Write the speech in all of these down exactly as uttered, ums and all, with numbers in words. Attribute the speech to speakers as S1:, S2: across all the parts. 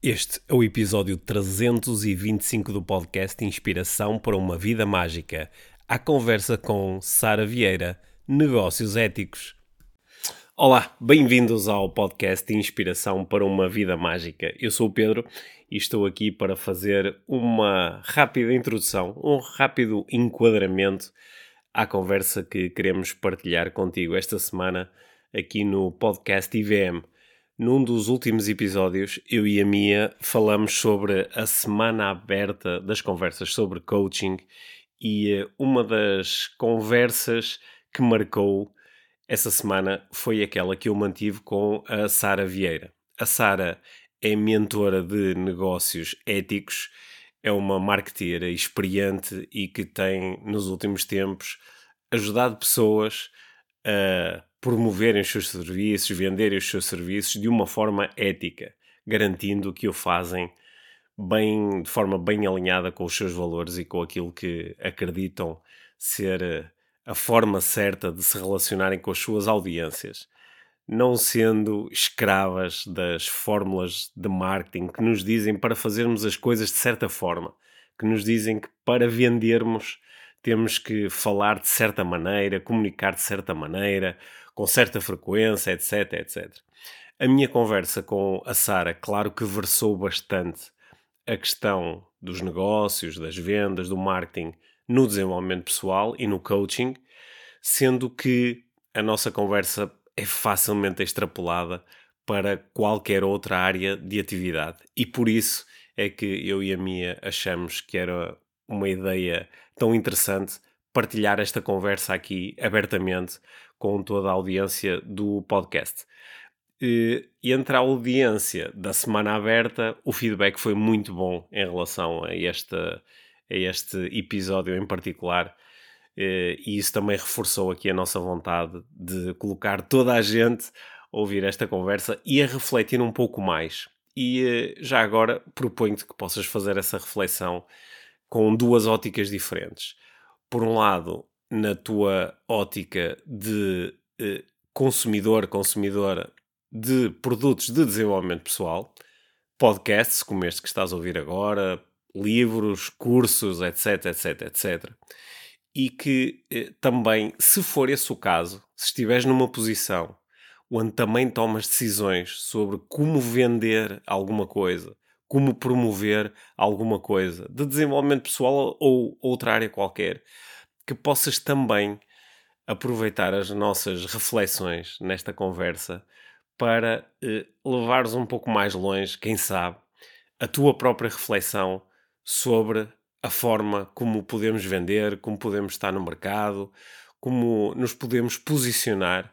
S1: Este é o episódio trezentos e vinte e cinco do podcast Inspiração para uma Vida Mágica. À conversa com Sara Vieira, Negócios Éticos. Olá, bem-vindos ao podcast Inspiração para uma Vida Mágica. Eu sou o Pedro e estou aqui para fazer uma rápida introdução, um rápido enquadramento à conversa que queremos partilhar contigo esta semana aqui no podcast I V M. Num dos últimos episódios, eu e a Mia falamos sobre a semana aberta das conversas sobre coaching e uma das conversas que marcou essa semana foi aquela que eu mantive com a Sara Vieira. A Sara é mentora de negócios éticos, é uma marketeera experiente e que tem, nos últimos tempos, ajudado pessoas a promoverem os seus serviços, venderem os seus serviços de uma forma ética, garantindo que o fazem bem, de forma bem alinhada com os seus valores e com aquilo que acreditam ser a forma certa de se relacionarem com as suas audiências, não sendo escravas das fórmulas de marketing que nos dizem para fazermos as coisas de certa forma, que nos dizem que para vendermos temos que falar de certa maneira, comunicar de certa maneira, com certa frequência, etc, etcétera. A minha conversa com a Sara, claro que versou bastante a questão dos negócios, das vendas, do marketing no desenvolvimento pessoal e no coaching, sendo que a nossa conversa é facilmente extrapolada para qualquer outra área de atividade. E por isso é que eu e a Mia achamos que era uma ideia tão interessante partilhar esta conversa aqui abertamente com toda a audiência do podcast. E entre a audiência da semana aberta, o feedback foi muito bom em relação a este, a este episódio em particular. E isso também reforçou aqui a nossa vontade de colocar toda a gente a ouvir esta conversa e a refletir um pouco mais. E já agora proponho-te que possas fazer essa reflexão com duas óticas diferentes. Por um lado, na tua ótica de eh, consumidor, consumidora de produtos de desenvolvimento pessoal, podcasts como este que estás a ouvir agora, livros, cursos, etc, etc, etcétera. E que eh, também, se for esse o caso, se estiveres numa posição onde também tomas decisões sobre como vender alguma coisa, como promover alguma coisa de desenvolvimento pessoal ou outra área qualquer, que possas também aproveitar as nossas reflexões nesta conversa para eh, levares um pouco mais longe, quem sabe, a tua própria reflexão sobre a forma como podemos vender, como podemos estar no mercado, como nos podemos posicionar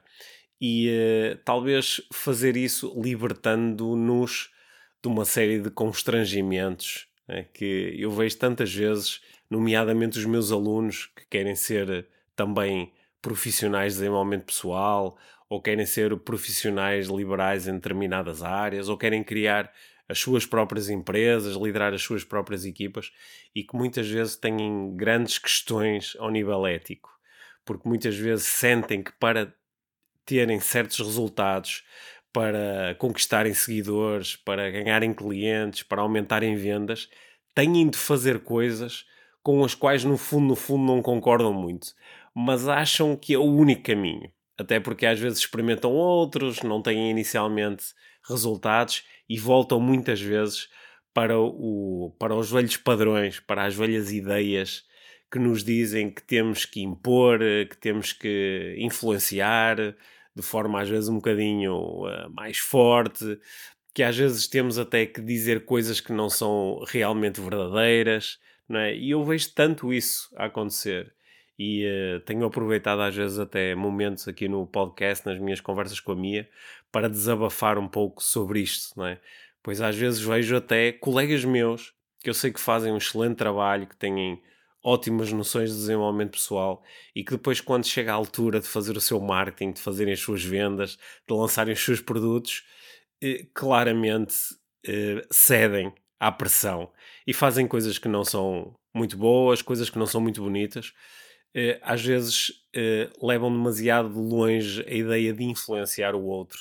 S1: e eh, talvez fazer isso libertando-nos de uma série de constrangimentos, né, que eu vejo tantas vezes, nomeadamente os meus alunos que querem ser também profissionais de desenvolvimento pessoal ou querem ser profissionais liberais em determinadas áreas ou querem criar as suas próprias empresas, liderar as suas próprias equipas e que muitas vezes têm grandes questões ao nível ético, porque muitas vezes sentem que para terem certos resultados, para conquistarem seguidores, para ganharem clientes, para aumentarem vendas, têm de fazer coisas com as quais no fundo, no fundo não concordam muito, mas acham que é o único caminho. Até porque às vezes experimentam outros, não têm inicialmente resultados e voltam muitas vezes para, o, para os velhos padrões, para as velhas ideias que nos dizem que temos que impor, que temos que influenciar de forma às vezes um bocadinho uh, mais forte, que às vezes temos até que dizer coisas que não são realmente verdadeiras, não é? E eu vejo tanto isso a acontecer. E uh, tenho aproveitado às vezes até momentos aqui no podcast, nas minhas conversas com a Mia, para desabafar um pouco sobre isto, não é? Pois às vezes vejo até colegas meus, que eu sei que fazem um excelente trabalho, que têm ótimas noções de desenvolvimento pessoal e que depois quando chega a altura de fazer o seu marketing, de fazerem as suas vendas, de lançarem os seus produtos, eh, claramente eh, cedem à pressão e fazem coisas que não são muito boas, coisas que não são muito bonitas. Eh, às vezes eh, levam demasiado longe a ideia de influenciar o outro,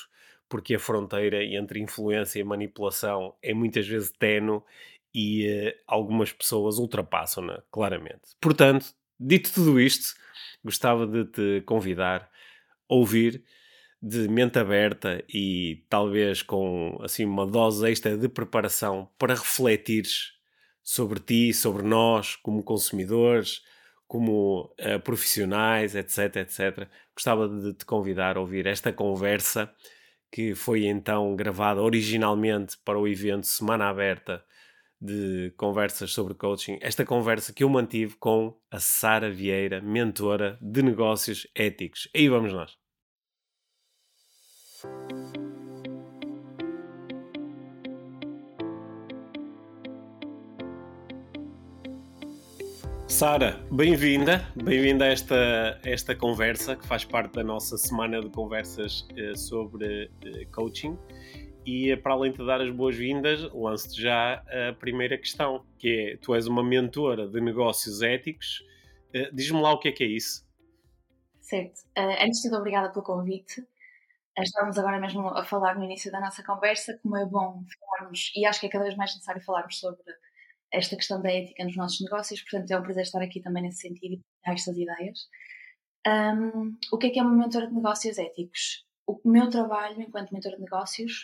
S1: porque a fronteira entre influência e manipulação é muitas vezes ténue e eh, algumas pessoas ultrapassam-na, claramente. Portanto, dito tudo isto, gostava de te convidar a ouvir de mente aberta e talvez com assim uma dose extra de preparação para refletires sobre ti, sobre nós, como consumidores, como eh, profissionais, etc, etcétera. Gostava de te convidar a ouvir esta conversa que foi então gravada originalmente para o evento Semana Aberta de conversas sobre coaching. Esta conversa que eu mantive com a Sara Vieira, mentora de negócios éticos. Aí vamos nós. Sara, bem-vinda, bem-vinda a esta, a esta conversa que faz parte da nossa semana de conversas eh, sobre eh, coaching. E eh, para além de te dar as boas-vindas, lanço-te já a primeira questão, que é, tu és uma mentora de negócios éticos. Eh, diz-me lá o que é que é isso.
S2: Certo. Uh, antes de tudo, obrigada pelo convite. Estávamos agora mesmo a falar no início da nossa conversa como é bom falarmos, e acho que é cada vez mais necessário falarmos sobre esta questão da ética nos nossos negócios, portanto é um prazer estar aqui também nesse sentido e partilhar estas ideias. Um, o que é que é uma mentora de negócios éticos? O meu trabalho enquanto mentora de negócios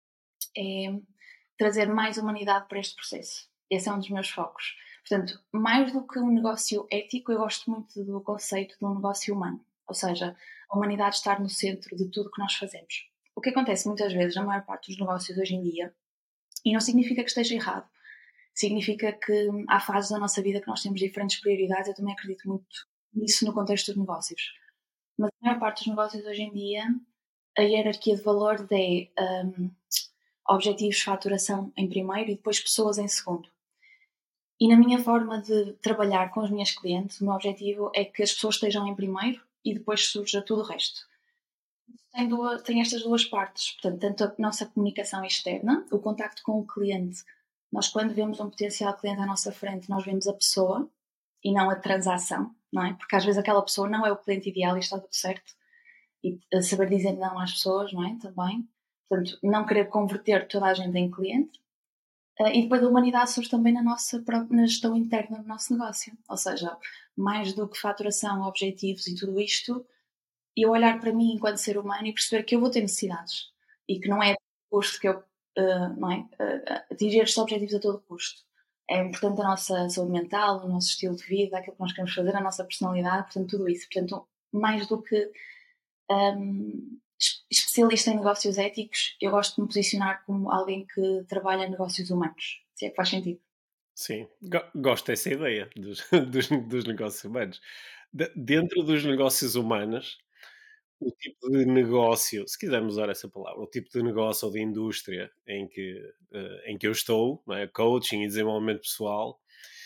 S2: é trazer mais humanidade para este processo. Esse é um dos meus focos. Portanto, mais do que um negócio ético, eu gosto muito do conceito de um negócio humano. Ou seja, a humanidade estar no centro de tudo que nós fazemos. O que acontece muitas vezes, na maior parte dos negócios hoje em dia, e não significa que esteja errado, significa que há fases da nossa vida que nós temos diferentes prioridades. Eu também acredito muito nisso no contexto dos negócios. Mas a maior parte dos negócios hoje em dia, a hierarquia de valores é um, objetivos de faturação em primeiro e depois pessoas em segundo. E na minha forma de trabalhar com os meus clientes, o meu objetivo é que as pessoas estejam em primeiro e depois surja tudo o resto. Tem, duas, tem estas duas partes, portanto, tanto a nossa comunicação externa, o contacto com o cliente. Nós, quando vemos um potencial cliente à nossa frente, nós vemos a pessoa e não a transação, não é? Porque às vezes aquela pessoa não é o cliente ideal e está tudo certo. E saber dizer não às pessoas, não é? Também. Portanto, não querer converter toda a gente em cliente. E depois a humanidade surge também na nossa própria, na gestão interna do nosso negócio. Ou seja, mais do que faturação, objetivos e tudo isto, eu olhar para mim enquanto ser humano e perceber que eu vou ter necessidades e que não é custo que eu uh, não é, uh, atingir estes objetivos a todo custo. É importante a nossa saúde mental, o nosso estilo de vida, aquilo que nós queremos fazer, a nossa personalidade, portanto, tudo isso. Portanto, mais do que um, especialista em negócios éticos, eu gosto de me posicionar como alguém que trabalha em negócios humanos, se é que faz sentido.
S1: Sim, gosto dessa ideia dos, dos, dos negócios humanos. De- dentro dos negócios humanos, o tipo de negócio, se quisermos usar essa palavra, o tipo de negócio ou de indústria em que, eh, em que eu estou, não é? Coaching e desenvolvimento pessoal,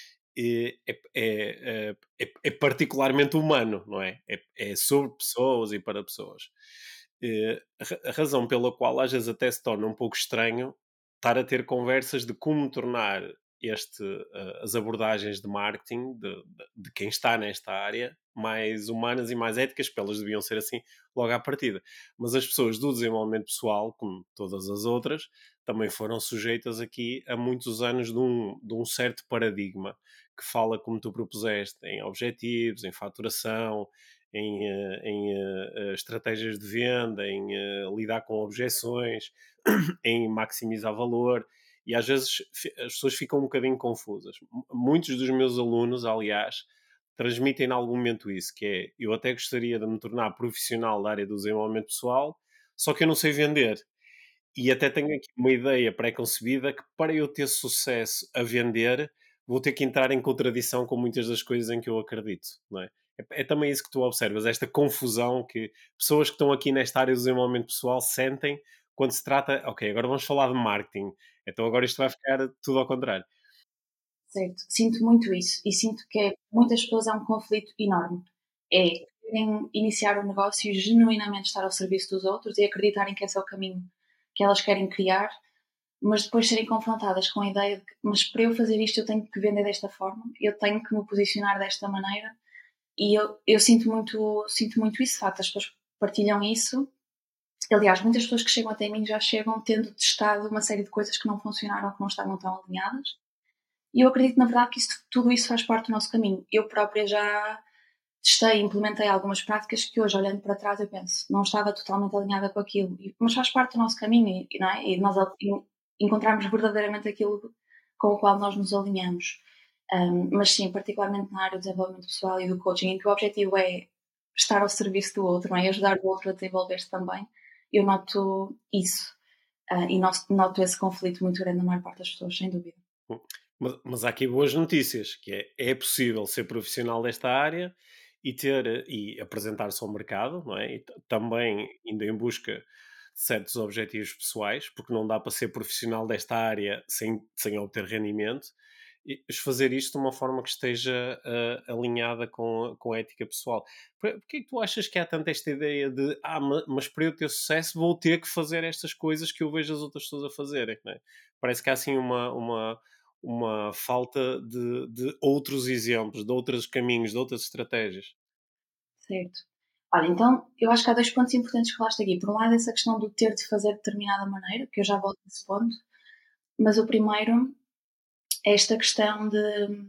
S1: é, é, é, é, é particularmente humano, não é? É, é sobre pessoas e para pessoas. Eh, a, ra- a razão pela qual às vezes até se torna um pouco estranho estar a ter conversas de como tornar este, eh, as abordagens de marketing de, de- de quem está nesta área mais humanas e mais éticas, porque elas deviam ser assim logo à partida. Mas as pessoas do desenvolvimento pessoal, como todas as outras, também foram sujeitas aqui a muitos anos de um, de um certo paradigma que fala, como tu propuseste, em objetivos, em faturação, em, eh, em eh, eh, estratégias de venda, em eh, lidar com objeções, em maximizar valor. E às vezes fi- as pessoas ficam um bocadinho confusas. M- Muitos dos meus alunos, aliás, transmitem em algum momento isso, que é, eu até gostaria de me tornar profissional da área do desenvolvimento pessoal, só que eu não sei vender. E até tenho aqui uma ideia pré-concebida que para eu ter sucesso a vender, vou ter que entrar em contradição com muitas das coisas em que eu acredito, não é? É, é também isso que tu observas, esta confusão que pessoas que estão aqui nesta área do desenvolvimento pessoal sentem quando se trata, ok, agora vamos falar de marketing, então agora isto vai ficar tudo ao contrário.
S2: Certo, sinto muito isso e sinto que é, muitas pessoas é um conflito enorme. É querem iniciar um negócio e genuinamente estar ao serviço dos outros e acreditarem que esse é o caminho que elas querem criar, mas depois serem confrontadas com a ideia de que, mas para eu fazer isto eu tenho que vender desta forma, eu tenho que me posicionar desta maneira e eu, eu sinto muito sinto muito isso, de facto, as pessoas partilham isso Aliás, muitas pessoas que chegam até mim já chegam tendo testado uma série de coisas que não funcionaram, que não estavam tão alinhadas. E eu acredito, na verdade, que isso, tudo isso faz parte do nosso caminho. Eu própria já testei e implementei algumas práticas que hoje, olhando para trás, eu penso, não estava totalmente alinhada com aquilo, mas faz parte do nosso caminho, não é? E nós encontrarmos verdadeiramente aquilo com o qual nós nos alinhamos. Um, mas sim, particularmente na área do desenvolvimento pessoal e do coaching, em que o objetivo é estar ao serviço do outro, não é? Ajudar o outro a desenvolver-se também. Eu noto isso uh, e noto, noto esse conflito muito grande na maior parte das pessoas, sem dúvida.
S1: Mas, mas há aqui boas notícias, que é, é possível ser profissional desta área e ter e apresentar-se ao mercado, não é? E t- também indo em busca de certos objetivos pessoais, porque não dá para ser profissional desta área sem, sem obter rendimento, e mas fazer isto de uma forma que esteja ah, alinhada com, a- com a ética pessoal. Por- Porquê é que tu achas que há tanta esta ideia de ah, ma- mas para eu ter sucesso vou ter que fazer estas coisas que eu vejo as outras pessoas a fazerem, não é? Parece que há assim uma, uma, uma falta de, de outros exemplos, de outros caminhos, de outras estratégias.
S2: Certo. Olha, então, eu acho que há dois pontos importantes que falaste aqui. Por um lado, essa questão do ter de fazer de determinada maneira, que eu já volto a esse ponto, mas o primeiro é esta questão de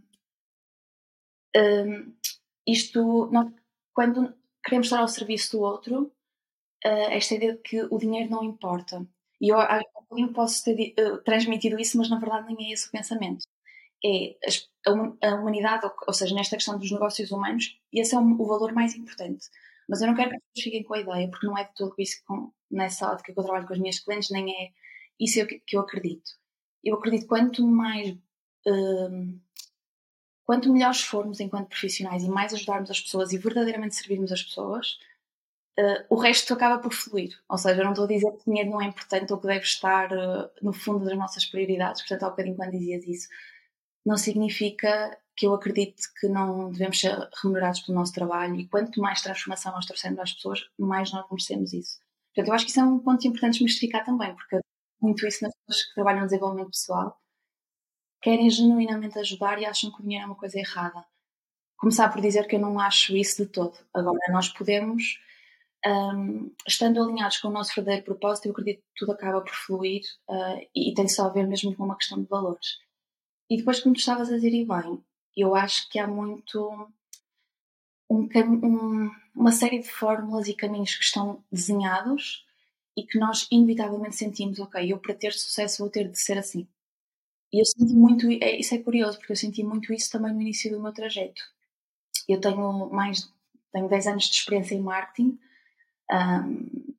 S2: um, isto, nós, quando queremos estar ao serviço do outro, uh, esta ideia de que o dinheiro não importa. E eu há um bocadinho posso ter uh, transmitido isso, mas na verdade nem é esse o pensamento. É as- a, hum- a humanidade, ou, ou seja, nesta questão dos negócios humanos, esse é o, o valor mais importante. Mas eu não quero que as pessoas fiquem com a ideia, porque não é de todo isso com, nessa ótica que eu trabalho com as minhas clientes, nem é isso que, que eu acredito. Eu acredito que quanto mais hum, quanto melhores formos enquanto profissionais e mais ajudarmos as pessoas e verdadeiramente servirmos as pessoas, uh, o resto acaba por fluir. Ou seja, eu não estou a dizer que o dinheiro não é importante ou que deve estar uh, no fundo das nossas prioridades, portanto, há bocadinho quando dizias isso, não significa que eu acredite que não devemos ser remunerados pelo nosso trabalho e quanto mais transformação nós trouxermos às pessoas, mais nós merecemos isso. Portanto, eu acho que isso é um ponto importante de desmistificar também, porque muito isso nas pessoas que trabalham no desenvolvimento pessoal querem genuinamente ajudar e acham que o dinheiro é uma coisa errada. Começar por dizer que eu não acho isso de todo. Agora, nós podemos, um, estando alinhados com o nosso verdadeiro propósito, eu acredito que tudo acaba por fluir uh, e, e tem só a ver mesmo com uma questão de valores. E depois, como tu estavas a dizer, e bem, eu acho que há muito um, um, uma série de fórmulas e caminhos que estão desenhados e que nós inevitavelmente sentimos, ok, eu para ter sucesso vou ter de ser assim. E eu senti muito, é, isso é curioso, porque eu senti muito isso também no início do meu trajeto. Eu tenho mais, tenho dez anos de experiência em marketing, um,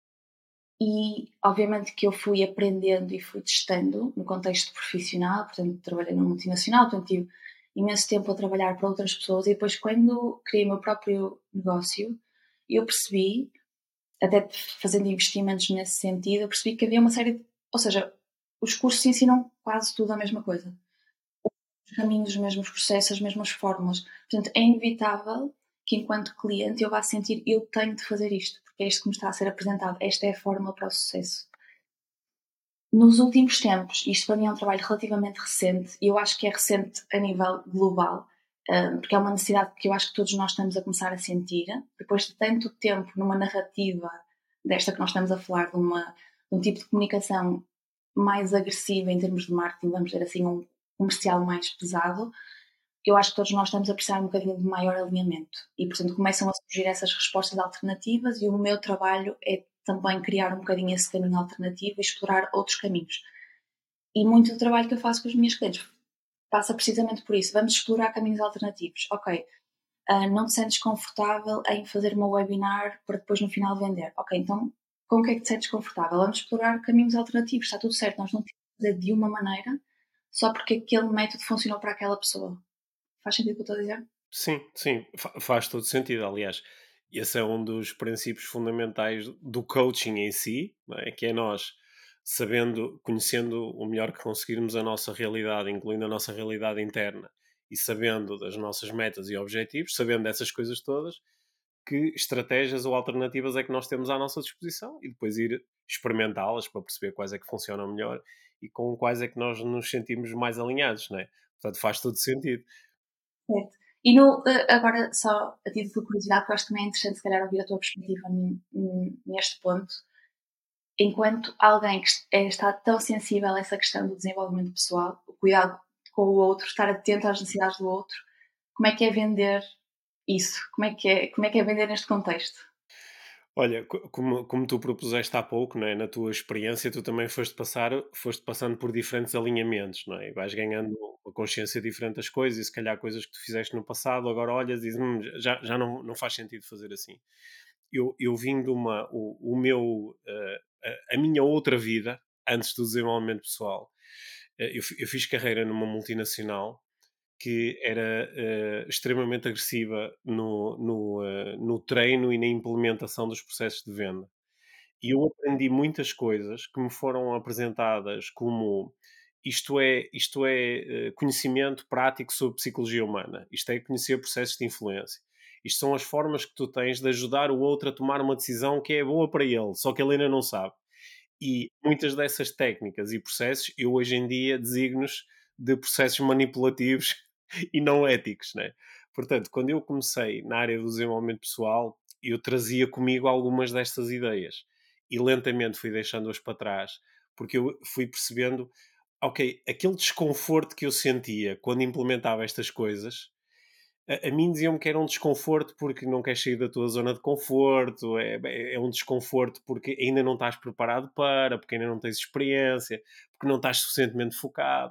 S2: e obviamente que eu fui aprendendo e fui testando no contexto profissional, portanto trabalhei numa multinacional, portanto tive imenso tempo a trabalhar para outras pessoas e depois quando criei o meu próprio negócio, eu percebi, até fazendo investimentos nesse sentido, eu percebi que havia uma série de, ou seja, os cursos ensinam quase tudo a mesma coisa. Os caminhos, os mesmos processos, as mesmas fórmulas. Portanto, é inevitável que enquanto cliente eu vá sentir eu tenho de fazer isto, porque é isto que me está a ser apresentado, esta é a fórmula para o sucesso. Nos últimos tempos, isto para mim é um trabalho relativamente recente, e eu acho que é recente a nível global, porque é uma necessidade que eu acho que todos nós estamos a começar a sentir, depois de tanto tempo numa narrativa desta que nós estamos a falar, de, uma, de um tipo de comunicação mais agressiva em termos de marketing, vamos dizer assim, um comercial mais pesado, eu acho que todos nós estamos a precisar um bocadinho de maior alinhamento. E, portanto, começam a surgir essas respostas alternativas e o meu trabalho é também criar um bocadinho esse caminho alternativo e explorar outros caminhos. E muito do trabalho que eu faço com os meus clientes passa precisamente por isso. Vamos explorar caminhos alternativos. Ok, uh, não te sentes confortável em fazer uma webinar para depois no final vender. Ok, então com o que é que te sentes confortável? Vamos explorar caminhos alternativos. Está tudo certo. Nós não temos que fazer de uma maneira só porque aquele método funcionou para aquela pessoa. Faz sentido o que eu estou a dizer?
S1: Sim, sim, fa- faz todo sentido. Aliás, esse é um dos princípios fundamentais do coaching em si, não é? Que é nós sabendo, conhecendo o melhor que conseguirmos a nossa realidade, incluindo a nossa realidade interna, e sabendo das nossas metas e objetivos, sabendo dessas coisas todas, que estratégias ou alternativas é que nós temos à nossa disposição e depois ir experimentá-las para perceber quais é que funcionam melhor e com quais é que nós nos sentimos mais alinhados, não é? Portanto, faz todo sentido.
S2: Certo. E no, eh, agora, só a título de curiosidade, que eu acho que também é interessante, se calhar, ouvir a tua perspectiva n- n- neste ponto. enquanto alguém que é, está tão sensível a essa questão do desenvolvimento pessoal, o cuidado com o outro, estar atento às necessidades do outro, como é que é vender isso? Como é que é, como é, que é vender neste contexto?
S1: Olha, co- como, como tu propuseste há pouco, não é? Na tua experiência, tu também foste, passar, foste passando por diferentes alinhamentos, não é? E vais ganhando uma consciência diferente das coisas e se calhar coisas que tu fizeste no passado, agora olhas e dizes, "Hum, já, já não, não faz sentido fazer assim." Eu, eu vim de uma, o, o meu, eh, a, a minha outra vida, antes do desenvolvimento pessoal. Eh, eu, fi- eu fiz carreira numa multinacional que era eh, extremamente agressiva no, no, eh, no treino e na implementação dos processos de venda. E eu aprendi muitas coisas que me foram apresentadas como isto é, isto é eh, conhecimento prático sobre psicologia humana, isto é conhecer processos de influência. Isto são as formas que tu tens de ajudar o outro a tomar uma decisão que é boa para ele, só que ele ainda não sabe. E muitas dessas técnicas e processos eu hoje em dia designo-os de processos manipulativos e não éticos, né? Portanto, quando eu comecei na área do desenvolvimento pessoal, eu trazia comigo algumas destas ideias e lentamente fui deixando-as para trás, porque eu fui percebendo, ok, aquele desconforto que eu sentia quando implementava estas coisas, a, a mim diziam-me que era um desconforto porque não queres sair da tua zona de conforto, é, é é um desconforto porque ainda não estás preparado para, porque ainda não tens experiência, porque não estás suficientemente focado.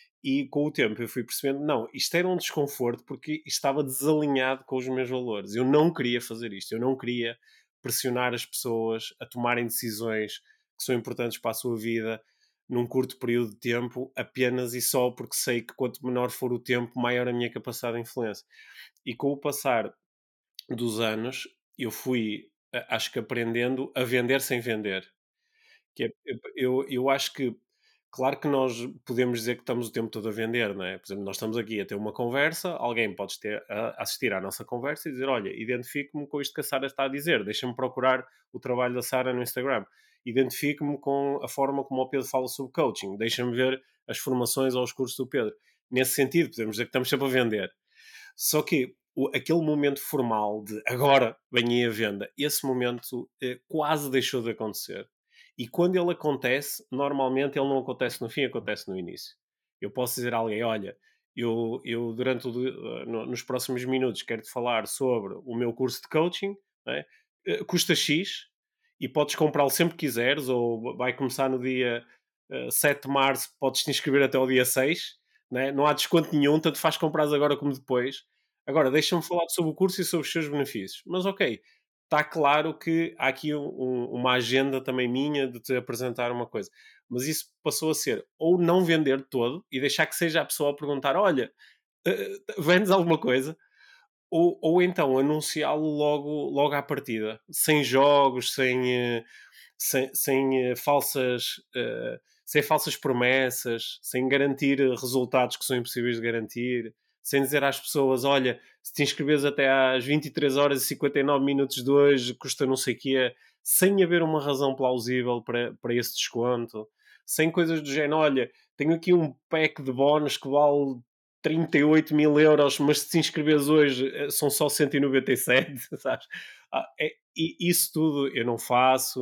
S1: E com o tempo eu fui percebendo, não, isto era um desconforto porque estava desalinhado com os meus valores. Eu não queria fazer isto, eu não queria pressionar as pessoas a tomarem decisões que são importantes para a sua vida num curto período de tempo, apenas e só porque sei que quanto menor for o tempo, maior a minha capacidade de influência. E com o passar dos anos, eu fui, a- acho que aprendendo a vender sem vender. Que é, eu, eu acho que, claro que nós podemos dizer que estamos o tempo todo a vender, não é? Por exemplo, nós estamos aqui a ter uma conversa, alguém pode ter, a, assistir à nossa conversa e dizer: Olha, identifico-me com isto que a Sara está a dizer, deixa-me procurar o trabalho da Sara no Instagram, identifico-me com a forma como o Pedro fala sobre coaching, deixa-me ver as formações ou os cursos do Pedro. Nesse sentido, podemos dizer que estamos sempre a vender. Só que o, aquele momento formal de agora vem aí a venda, esse momento eh, quase deixou de acontecer. E quando ele acontece, normalmente ele não acontece no fim, acontece no início. Eu posso dizer a alguém: Olha, eu, eu durante o, eh, no- nos próximos minutos quero-te falar sobre o meu curso de coaching, não é? Eh, custa X e podes comprá-lo sempre que quiseres, ou vai começar no dia eh, sete de março, podes te inscrever até ao dia seis, né? Não há desconto nenhum, tanto faz comprar agora como depois. Agora, deixa-me falar sobre o curso e sobre os seus benefícios. Mas ok, está claro que há aqui um- um- uma agenda também minha de te apresentar uma coisa. Mas isso passou a ser ou não vender todo e deixar que seja a pessoa a perguntar: Olha, eh, eh, vendes alguma coisa? Ou, ou então anunciá-lo logo, logo à partida, sem jogos, sem, eh, sem, sem eh, falsas eh, sem falsas promessas, sem garantir eh, resultados que são impossíveis de garantir, sem dizer às pessoas: olha, se te inscreves até às vinte e três horas e cinquenta e nove minutos de hoje, custa não sei o quê, sem haver uma razão plausível para, para esse desconto, sem coisas do género: olha, tenho aqui um pack de bónus que vale trinta e oito mil euros, mas se te inscreves hoje eh, são só cento e noventa e sete, sabes? Ah, é, e isso tudo eu não faço,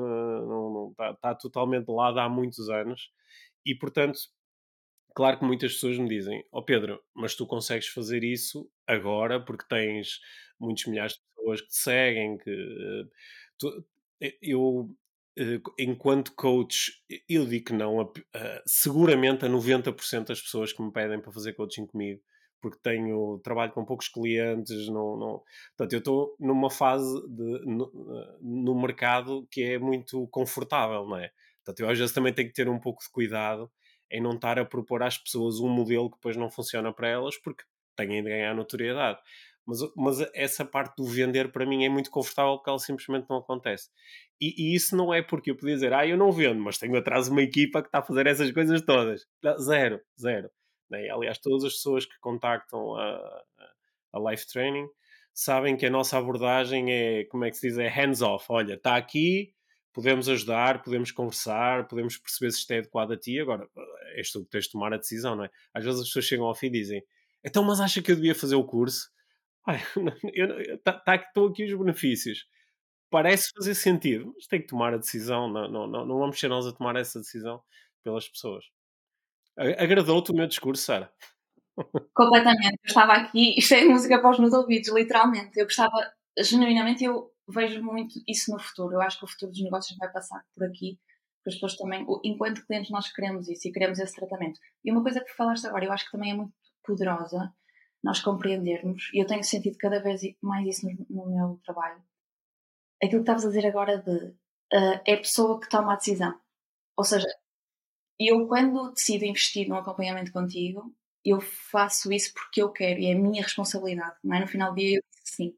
S1: não está tá totalmente de lado há muitos anos e, portanto, claro que muitas pessoas me dizem: Ó Pedro, mas tu consegues fazer isso agora porque tens muitos milhares de pessoas que te seguem, que eh, tu- eh, eu, eh, enquanto coach, eu digo que não, a- a- seguramente a noventa por cento das pessoas que me pedem para fazer coaching comigo, porque tenho trabalho com poucos clientes, não, não, portanto, eu estou numa fase de, no, eh, no mercado que é muito confortável, não é? Portanto, eu às vezes também tenho que ter um pouco de cuidado em não estar a propor às pessoas um modelo que depois não funciona para elas porque têm de ganhar notoriedade. Mas, mas essa parte do vender para mim é muito confortável porque ela simplesmente não acontece. E, e isso não é porque eu podia dizer, ah, eu não vendo, mas tenho atrás uma equipa que está a fazer essas coisas todas. Não, zero, zero. Né? Aliás, todas as pessoas que contactam a, a, a Life Training sabem que a nossa abordagem é, como é que se diz, é hands-off. Olha, está aqui, podemos ajudar, podemos conversar, podemos perceber se isto é adequado a ti. Agora, és tu que tens de tomar a decisão, não é? Às vezes as pessoas chegam ao fim e dizem: Então, mas acha que eu devia fazer o curso? Ai, está aqui, estão aqui os benefícios. parece fazer sentido, mas tem que tomar a decisão, não, não, não, não vamos ser nós a tomar essa decisão pelas pessoas. A- Agradou-te o meu discurso, Sara?
S2: Completamente. Eu estava aqui, isto é música para os meus ouvidos, literalmente. Eu gostava, genuinamente, eu vejo muito isso no futuro. Eu acho que o futuro dos negócios vai passar por aqui, porque as pessoas também, o- enquanto clientes, nós queremos isso e queremos esse tratamento. E uma coisa que falaste agora, eu acho que também é muito poderosa nós compreendermos, e eu tenho sentido cada vez mais isso no, no meu trabalho. Aquilo que estavas a dizer agora de ah, é a pessoa que toma a decisão. Ou seja, eu quando decido investir num acompanhamento contigo, eu faço isso porque eu quero e é a minha responsabilidade, não é? No final do dia eu disse sim.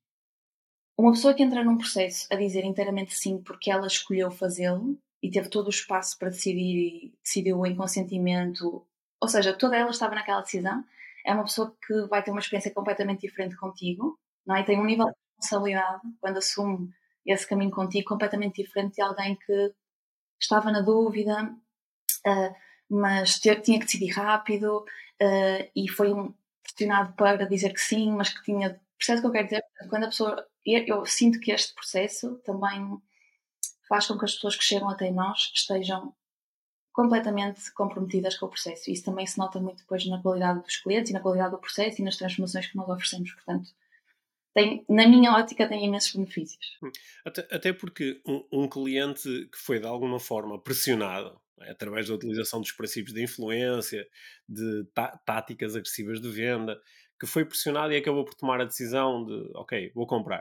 S2: Uma pessoa que entra num processo a dizer inteiramente sim porque ela escolheu fazê-lo e teve todo o espaço para decidir e decidiu em consentimento, ou seja, toda ela estava naquela decisão, é uma pessoa que vai ter uma experiência completamente diferente contigo, não é? E tem um nível de responsabilidade quando assume esse caminho contigo completamente diferente de alguém que estava na dúvida, uh, mas te, tinha que decidir rápido uh, e foi um, pressionado para dizer que sim, mas que tinha. Percebe o que eu quero dizer? Quando a pessoa. Eu, eu sinto que este processo também faz com que as pessoas que chegam até nós estejam completamente comprometidas com o processo. Isso também se nota muito depois na qualidade dos clientes e na qualidade do processo e nas transformações que nós oferecemos. Portanto, tem, na minha ótica, tem imensos benefícios.
S1: Hum. Até, até porque um, um cliente que foi de alguma forma pressionado, não é, através da utilização dos princípios de influência, de tá- táticas agressivas de venda, que foi pressionado e acabou por tomar a decisão de, ok, vou comprar.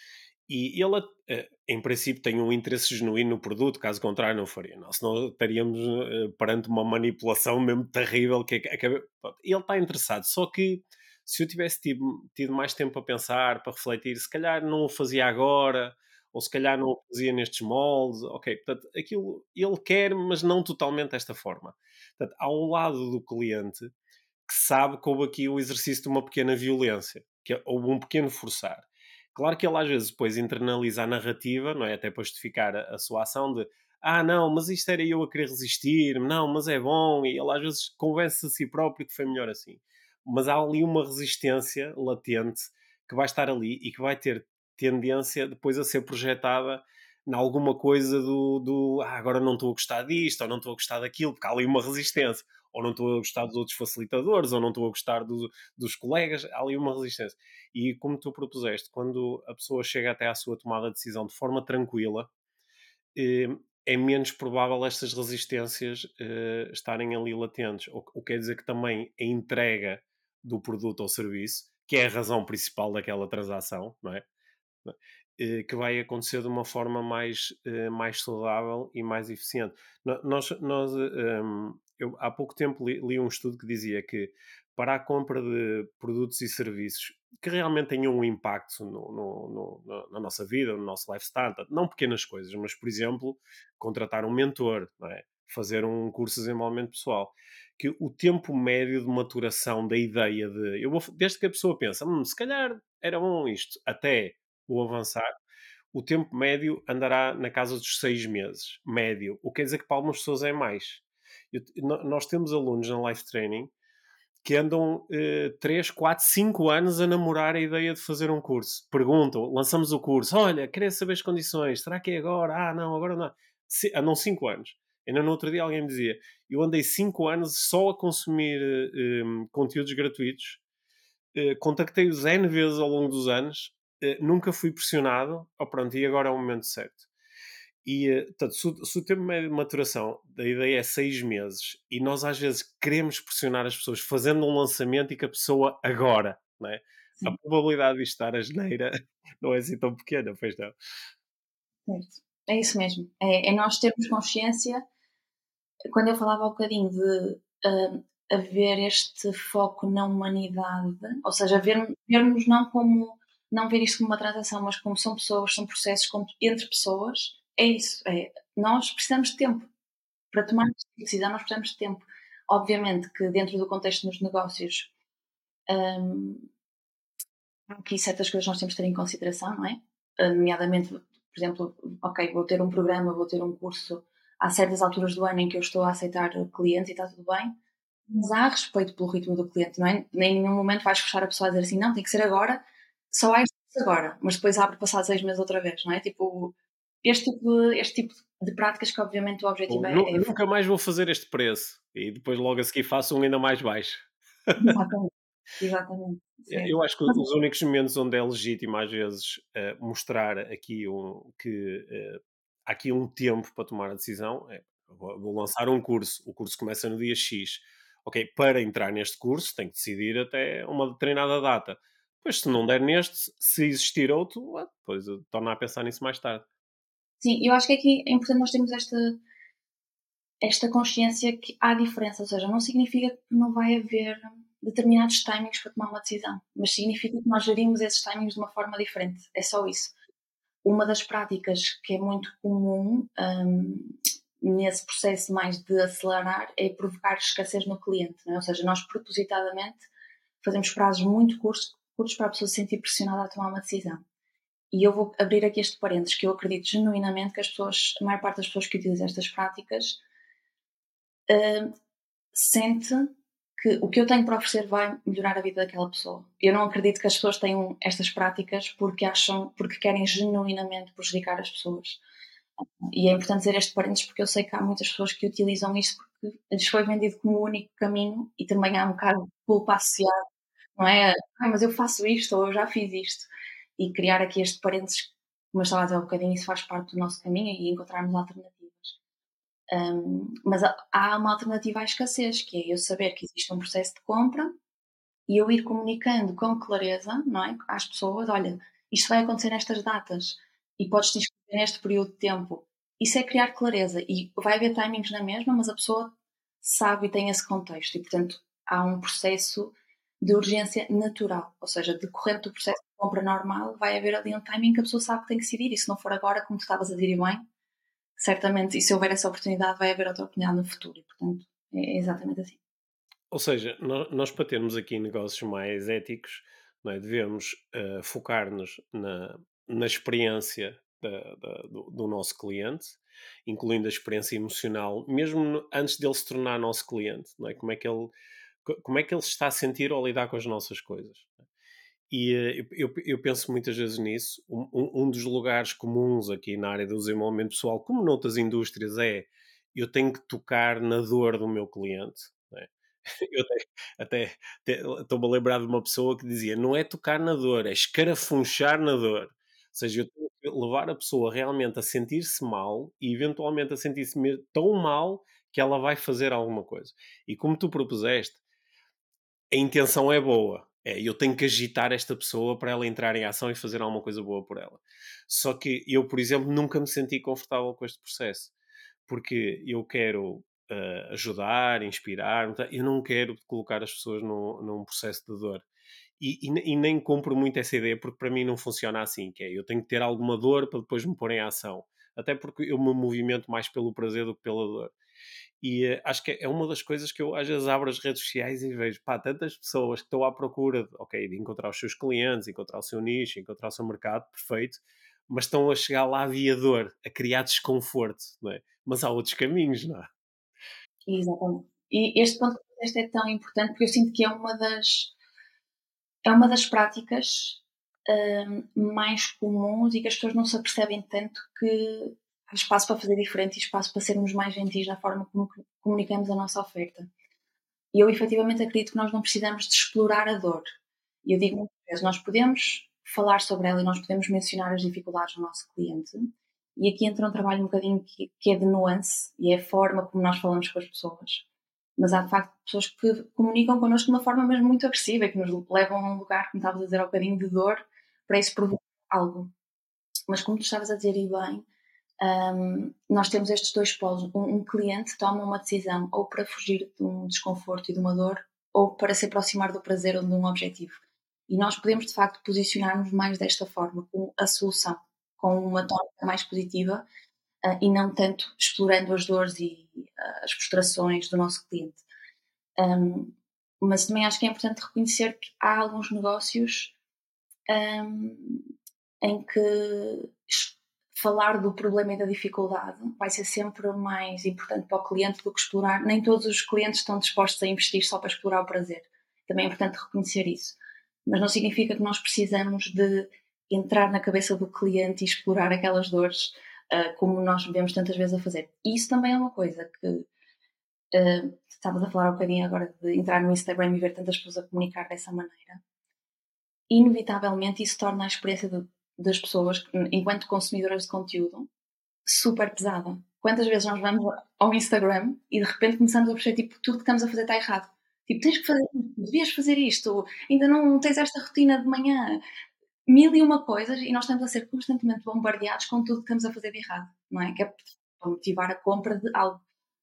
S1: E ele, eh, em princípio, tem um interesse genuíno no produto, caso contrário, não faria. Não, senão estaríamos eh, perante uma manipulação mesmo terrível. Que acaba... Pronto, ele está interessado, só que se eu tivesse tido, tido mais tempo a pensar, para refletir, se calhar não o fazia agora, ou se calhar não o fazia nestes moldes. Ok, portanto, aquilo ele quer, mas não totalmente desta forma. Portanto, há um lado do cliente que sabe que houve aqui o exercício de uma pequena violência, que houve um pequeno forçar. Claro que ele às vezes depois internaliza a narrativa, não é? Até para justificar a, a sua ação de ah, não, mas isto era eu a querer resistir, não, mas é bom, e ele às vezes convence a si próprio que foi melhor assim. Mas há ali uma resistência latente que vai estar ali e que vai ter tendência depois a ser projetada em alguma coisa do, do ah, agora não estou a gostar disto, ou não estou a gostar daquilo, porque há ali uma resistência ou não estou a gostar dos outros facilitadores, ou não estou a gostar do, dos colegas, há ali uma resistência. E como tu propuseste, quando a pessoa chega até à sua tomada de decisão de forma tranquila, eh, é menos provável estas resistências eh, estarem ali latentes. O, o que quer dizer que também a entrega do produto ou serviço, que é a razão principal daquela transação, não é? eh, que vai acontecer de uma forma mais, eh, mais saudável e mais eficiente. No- Nós, nós, eh, um, eu há pouco tempo li, li um estudo que dizia que para a compra de produtos e serviços que realmente tenham um impacto no, no- no- na nossa vida, no nosso lifestyle, portanto, não pequenas coisas, mas, por exemplo, contratar um mentor, não é? Fazer um curso de desenvolvimento pessoal, que o tempo médio de maturação da ideia de, eu vou, desde que a pessoa pensa, "Hum, se calhar era bom isto, até o avançar, o tempo médio andará na casa dos seis meses. Médio. O que quer dizer que para algumas pessoas é mais. Eu- no- nós temos alunos na Life Training que andam eh, três, quatro, cinco anos a namorar a ideia de fazer um curso. Perguntam, lançamos o curso, olha, queria saber as condições, será que é agora? Ah, não, agora não. Se, andam cinco anos. Ainda no outro dia alguém me dizia, eu andei cinco anos só a consumir eh, em, conteúdos gratuitos, eh, contactei-os N vezes ao longo dos anos, eh, nunca fui pressionado, oh, pronto, e agora é o momento certo. E, eh, portanto, se, o- se o tempo médio de maturação da ideia é seis meses e nós às vezes queremos pressionar as pessoas fazendo um lançamento e que a pessoa agora, não é? A
S2: Sim,
S1: probabilidade de isto estar a geneira não é assim tão pequena, pois não.
S2: certo. É isso mesmo. É, é nós termos consciência. Quando eu falava um bocadinho de uh, haver este foco na humanidade, ou seja, ver, vermos não como não ver isto como uma transação, mas como são pessoas, são processos como entre pessoas, é isso. É, nós precisamos de tempo para tomar esta decisão, nós precisamos de tempo. Obviamente que dentro do contexto dos negócios um, há aqui certas coisas que nós temos de ter em consideração, não é? Uh, nomeadamente, por exemplo, ok, vou ter um programa, vou ter um curso há certas alturas do ano em que eu estou a aceitar clientes e está tudo bem, mas há respeito pelo ritmo do cliente, não é? Nem em nenhum momento vais fechar a pessoa a dizer assim, não, tem que ser agora, só há esta agora, mas depois abre passado seis meses outra vez, não é? Tipo, este tipo de, este tipo de práticas que obviamente o objetivo
S1: Ou,
S2: é,
S1: "Nu-
S2: é
S1: nunca mais vou fazer este preço. E depois logo a seguir faço um ainda mais baixo.
S2: exatamente, exatamente, certo.
S1: Eu acho que
S2: Mas
S1: os únicos momentos onde é legítimo, às vezes, eh, mostrar aqui um, que eh, há aqui um tempo para tomar a decisão é: vou, vou lançar um curso, o curso começa no dia X. Ok, para entrar neste curso tenho que decidir até uma determinada data. Pois, se não der neste, se existir outro, ah, depois eu torno a pensar nisso mais tarde.
S2: sim, eu acho que aqui é importante nós termos esta, esta consciência que há diferença, ou seja, não significa que não vai haver determinados timings para tomar uma decisão, mas significa que nós gerimos esses timings de uma forma diferente. É só isso. Uma das práticas que é muito comum hum, nesse processo mais de acelerar é provocar escassez no cliente, não é? Ou seja, nós propositadamente fazemos prazos muito curtos, curtos para a pessoa se sentir pressionada a tomar uma decisão. E eu vou abrir aqui este parênteses, que eu acredito genuinamente que as pessoas, a maior parte das pessoas que utilizam estas práticas, hum, sente que o que eu tenho para oferecer vai melhorar a vida daquela pessoa. Eu não acredito que as pessoas tenham estas práticas porque acham, porque querem genuinamente prejudicar as pessoas. E é importante dizer este parênteses porque eu sei que há muitas pessoas que utilizam isso porque lhes foi vendido como o único caminho e também há um bocado de culpa associada, não é? Ai, mas eu faço isto ou eu já fiz isto. E criar aqui este parênteses, como eu estava a dizer há um bocadinho, isso faz parte do nosso caminho e encontrarmos alternativas. Um, mas há uma alternativa à escassez, que é eu saber que existe um processo de compra e eu ir comunicando com clareza, não é? Às pessoas, olha, isto vai acontecer nestas datas e podes te inscrever neste período de tempo. Isso é criar clareza e vai haver timings na mesma, mas a pessoa sabe e tem esse contexto e, portanto, há um processo de urgência natural, ou seja, decorrente do processo de compra normal, vai haver ali um timing que a pessoa sabe que tem que decidir e se não for agora, como tu estavas a dizer bem, certamente, e se houver essa oportunidade, vai haver outra oportunidade no futuro. E, portanto, é exatamente assim.
S1: Ou seja, nó- nós, para termos aqui negócios mais éticos, não é, devemos eh, focar-nos na, na experiência da- da- do, do nosso cliente, incluindo a experiência emocional, mesmo no- antes dele se tornar nosso cliente, não é? Como é que ele, co- como é que ele se está a sentir ao lidar com as nossas coisas. E eh, eu, eu- eu penso muitas vezes nisso. Um, um- um dos lugares comuns aqui na área do desenvolvimento pessoal, como noutras indústrias, é eu tenho que tocar na dor do meu cliente. Não é? Eu até até- até estou-me a lembrar de uma pessoa que dizia: não é tocar na dor, é escarafunchar na dor. Ou seja, eu tenho que levar a pessoa realmente a sentir-se mal e eventualmente a sentir-se me- tão mal que ela vai fazer alguma coisa. E como tu propuseste, a intenção é boa. É, eu tenho que agitar esta pessoa para ela entrar em ação e fazer alguma coisa boa por ela. Só que eu, por exemplo, nunca me senti confortável com este processo. Porque eu quero eh, ajudar, inspirar, tá, eu não quero colocar as pessoas num, num processo de dor. E, e ne- e nem compro muito essa ideia, porque para mim não funciona assim, que é, eu tenho que ter alguma dor para depois me pôr em ação. Até porque eu me movimento mais pelo prazer do que pela dor. E eh, acho que é uma das coisas que eu às vezes abro as redes sociais e vejo, pá, tantas pessoas que estão à procura de, ok, de encontrar os seus clientes, encontrar o seu nicho, encontrar o seu mercado, perfeito, mas estão a chegar lá via dor, a criar desconforto, não é? Mas há outros caminhos, não é?
S2: Exatamente. E este ponto que disseste é tão importante porque eu sinto que é uma das, é uma das práticas hum, mais comuns e que as pessoas não se apercebem tanto que há espaço para fazer diferente e espaço para sermos mais gentis na forma como comunicamos a nossa oferta. E eu efetivamente acredito que nós não precisamos de explorar a dor. E eu digo muitas vezes, nós podemos falar sobre ela e nós podemos mencionar as dificuldades do nosso cliente. E aqui entra um trabalho um bocadinho que, que é de nuance e é a forma como nós falamos com as pessoas. Mas há de facto pessoas que comunicam connosco de uma forma mesmo muito agressiva, que nos levam a um lugar, como estavas a dizer, ao bocadinho de dor, para isso provocar algo. Mas como tu estavas a dizer e bem, um, nós temos estes dois polos. Um, um cliente toma uma decisão ou para fugir de um desconforto e de uma dor, ou para se aproximar do prazer ou de um objetivo. E nós podemos, de facto, posicionar-nos mais desta forma, com a solução, com uma tónica mais positiva uh, e não tanto explorando as dores e uh, as frustrações do nosso cliente. Um, mas também acho que é importante reconhecer que há alguns negócios um, em que falar do problema e da dificuldade vai ser sempre mais importante para o cliente do que explorar. Nem todos os clientes estão dispostos a investir só para explorar o prazer. Também é importante reconhecer isso. Mas não significa que nós precisamos de entrar na cabeça do cliente e explorar aquelas dores, uh, como nós vemos tantas vezes a fazer. E isso também é uma coisa que uh, estavas a falar um bocadinho agora de entrar no Instagram e ver tantas pessoas a comunicar dessa maneira. Inevitavelmente isso torna a experiência de, das pessoas, enquanto consumidoras de conteúdo, super pesada. Quantas vezes nós vamos ao Instagram e de repente começamos a perceber, tipo, tudo que estamos a fazer está errado. Tipo, tens que fazer isto, devias fazer isto, ainda não tens esta rotina de manhã, mil e uma coisas, e nós estamos a ser constantemente bombardeados com tudo que estamos a fazer de errado, não é? Que é para motivar a compra de algo.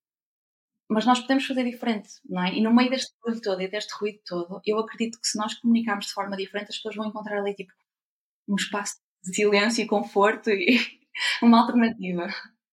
S2: Mas nós podemos fazer diferente, não é? E no meio deste ruído todo e deste ruído todo, eu acredito que se nós comunicarmos de forma diferente, as pessoas vão encontrar ali, tipo, um espaço de silêncio e conforto e uma alternativa.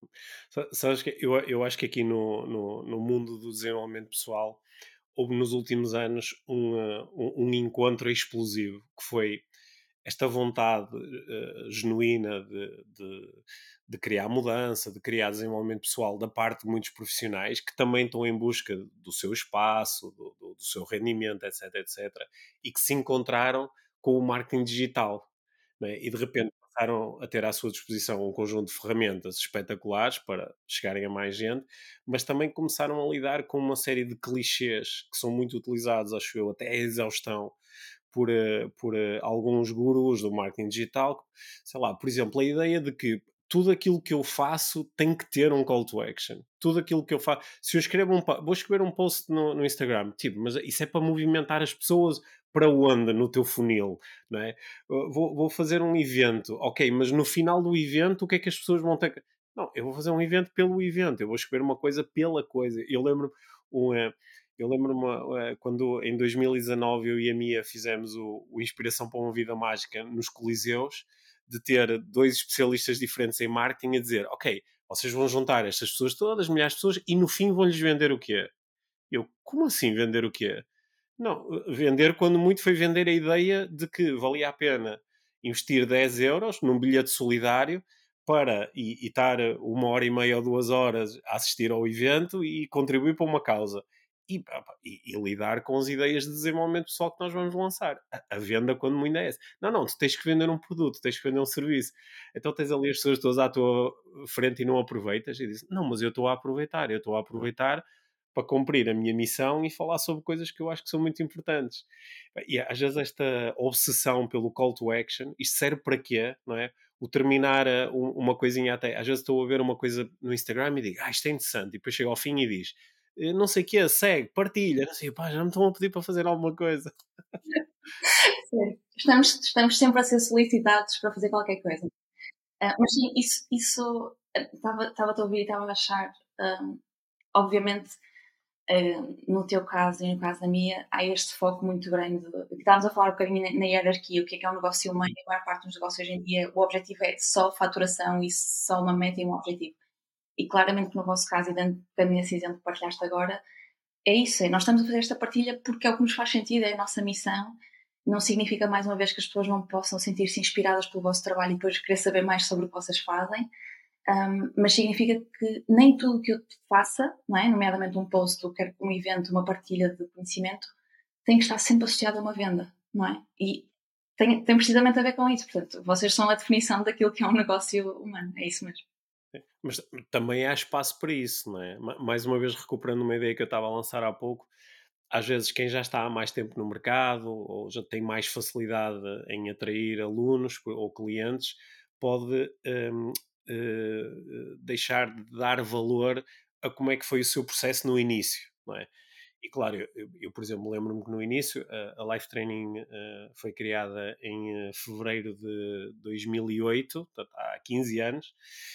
S1: Sabes que eu, eu acho que aqui no, no, no mundo do desenvolvimento pessoal houve nos últimos anos um, uh, um, um encontro explosivo que foi esta vontade uh, genuína de, de, de criar mudança, de criar desenvolvimento pessoal da parte de muitos profissionais que também estão em busca do seu espaço, do, do, do seu rendimento, etc, etcétera, e que se encontraram com o marketing digital, né? E de repente passaram a ter à sua disposição um conjunto de ferramentas espetaculares para chegarem a mais gente, mas também começaram a lidar com uma série de clichês que são muito utilizados, acho eu, até à exaustão, por, eh, por eh, alguns gurus do marketing digital. Sei lá, por exemplo, a ideia de que tudo aquilo que eu faço tem que ter um call to action. Tudo aquilo que eu faço. Se eu escrevo um. Vou escrever um post no, no Instagram, tipo, mas isso é para movimentar as pessoas para onde no teu funil, não é? Uh, Vou, vou fazer um evento, ok, mas no final do evento o que é que as pessoas vão ter que. Não, eu vou fazer um evento pelo evento, eu vou escrever uma coisa pela coisa. Eu lembro um, uh, eu lembro-me uh, quando em dois mil e dezanove eu e a Mia fizemos o, o Inspiração para uma Vida Mágica nos Coliseus, de ter dois especialistas diferentes em marketing a dizer, ok, vocês vão juntar estas pessoas todas, milhares de pessoas, e no fim vão-lhes vender o quê? Eu, como assim vender o quê? Não, vender quando muito foi vender a ideia de que valia a pena investir dez euros num bilhete solidário para e, e estar uma hora e meia ou duas horas a assistir ao evento e contribuir para uma causa. E, e, e lidar com as ideias de desenvolvimento pessoal que nós vamos lançar. A, a venda, quando muito é essa. Não, não, tu tens que vender um produto, tens que vender um serviço. Então tens ali as pessoas todas à tua frente e não aproveitas. E dizes, não, mas eu estou a aproveitar, eu estou a aproveitar para cumprir a minha missão e falar sobre coisas que eu acho que são muito importantes. E às vezes esta obsessão pelo call to action, isto serve para quê, não é? O terminar uh, uma coisinha até, às vezes estou a ver uma coisa no Instagram e digo, ah, isto é interessante, e depois chego ao fim e diz, "Eh, não sei o quê, segue, partilha, não sei, pá, já me estão a pedir para fazer alguma coisa."
S2: Sério. Estamos, estamos sempre a ser solicitados para fazer qualquer coisa. Uh, mas sim, isso, isso estava-te a ouvir e estava a achar, um, obviamente, uh, no teu caso e no caso da minha, há este foco muito grande. De, estávamos a falar um bocadinho na, na hierarquia, o que é que é um negócio humano, e a maior parte dos negócios hoje em dia, o objetivo é só faturação e só uma meta e um objetivo. E claramente no vosso caso, e dando, dando esse exemplo que partilhaste agora, é isso, é, nós estamos a fazer esta partilha porque é o que nos faz sentido, é a nossa missão. Não significa, mais uma vez, que as pessoas não possam sentir-se inspiradas pelo vosso trabalho e depois querer saber mais sobre o que vocês fazem, um, mas significa que nem tudo que eu faça, não é? Nomeadamente um post, um evento, uma partilha de conhecimento, tem que estar sempre associado a uma venda, não é? E tem, tem precisamente a ver com isso. Portanto, vocês são a definição daquilo que é um negócio humano, é isso mesmo.
S1: Mas também há espaço para isso, não é? Mais uma vez recuperando uma ideia que eu estava a lançar há pouco, às vezes quem já está há mais tempo no mercado ou já tem mais facilidade em atrair alunos ou clientes, pode um, uh, eh, deixar de dar valor a como é que foi o seu processo no início, não é? E claro, eu, eu, eu, por exemplo, lembro-me que no início a, a Life Training uh, foi criada em uh, fevereiro de dois mil e oito, portanto, há quinze anos,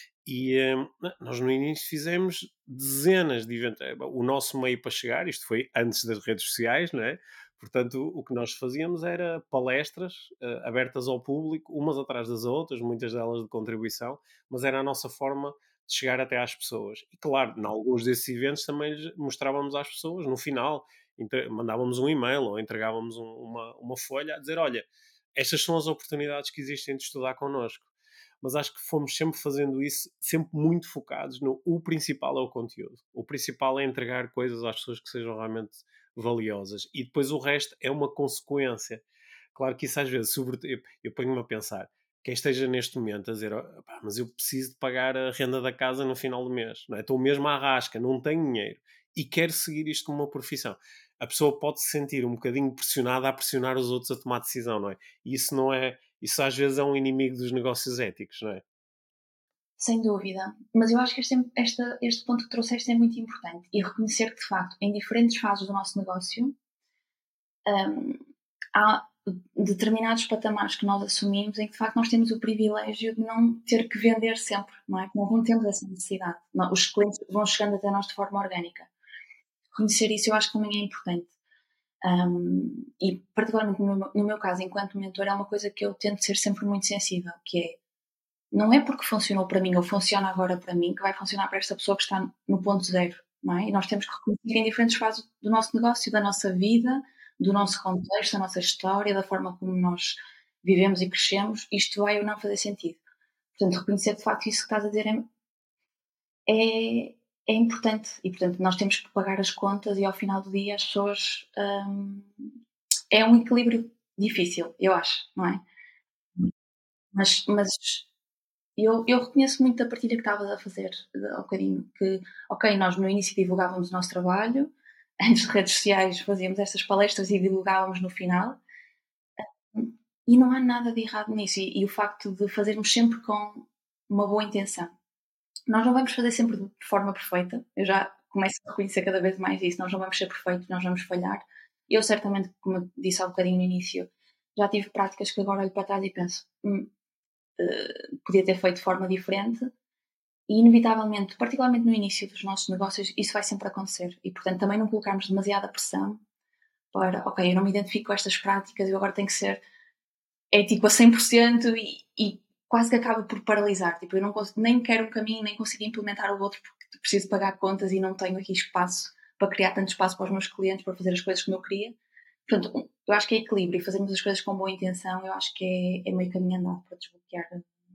S1: e um, nós no início fizemos dezenas de eventos. O nosso meio para chegar, isto foi antes das redes sociais, não é? Portanto, o que nós fazíamos era palestras uh, abertas ao público, umas atrás das outras, muitas delas de contribuição, mas era a nossa forma de chegar até às pessoas. E claro, em alguns desses eventos também mostrávamos às pessoas, no final, mandávamos um e-mail ou entregávamos um, uma, uma folha a dizer, olha, estas são as oportunidades que existem de estudar connosco. Mas acho que fomos sempre fazendo isso, sempre muito focados no o principal é o conteúdo. O principal é entregar coisas às pessoas que sejam realmente valiosas. E depois o resto é uma consequência. Claro que isso às vezes, sobretudo, eu, eu ponho-me a pensar, quem esteja neste momento a dizer, "Oh, pá, mas eu preciso de pagar a renda da casa no final do mês, não é? Estou mesmo à rasca, não tenho dinheiro e quero seguir isto como uma profissão." A pessoa pode se sentir um bocadinho pressionada a pressionar os outros a tomar decisão, não é? E isso não é, isso às vezes é um inimigo dos negócios éticos, não é?
S2: Sem dúvida. Mas eu acho que este, esta- este ponto que trouxeste é muito importante e reconhecer que, de facto, em diferentes fases do nosso negócio, hum, há determinados patamares que nós assumimos em que, de facto, nós temos o privilégio de não ter que vender sempre, não é? Que nós não temos essa necessidade. Não, os clientes vão chegando até nós de forma orgânica. Reconhecer isso eu acho que também é importante. Hum, e, particularmente no meu, no meu caso, enquanto mentor, é uma coisa que eu tento ser sempre muito sensível, que é não é porque funcionou para mim ou funciona agora para mim que vai funcionar para esta pessoa que está no ponto zero, não é? E nós temos que reconhecer em diferentes fases do nosso negócio, da nossa vida, do nosso contexto, da nossa história, da forma como nós vivemos e crescemos, isto vai ou não fazer sentido. Portanto, reconhecer de facto isso que estás a dizer é, é, é importante e, portanto, nós temos que pagar as contas e ao final do dia as pessoas... hum, é um equilíbrio difícil, eu acho, não é? Mas, mas eu, eu reconheço muito a partilha que estavas a fazer há um bocadinho, que, ok, nós no início divulgávamos o nosso trabalho, antes de redes sociais fazíamos estas palestras e divulgávamos no final, e não há nada de errado nisso, e, e o facto de fazermos sempre com uma boa intenção. Nós não vamos fazer sempre de forma perfeita, eu já começo a reconhecer cada vez mais isso, nós não vamos ser perfeitos, nós vamos falhar. Eu certamente, como eu disse há um bocadinho no início, já tive práticas que agora olho para trás e penso, hum, uh, podia ter feito de forma diferente, e inevitavelmente, particularmente no início dos nossos negócios, isso vai sempre acontecer. E, portanto, também não colocarmos demasiada pressão para, ok, eu não me identifico com estas práticas, eu agora tenho que ser ético a cem por cento e, e quase que acaba por paralisar. Tipo, eu não consigo, nem quero um caminho, nem consigo implementar o outro porque preciso pagar contas e não tenho aqui espaço para criar tanto espaço para os meus clientes, para fazer as coisas como eu queria. Portanto, eu acho que é equilíbrio e fazermos as coisas com boa intenção, eu acho que é, é meio caminho andado para desbloquear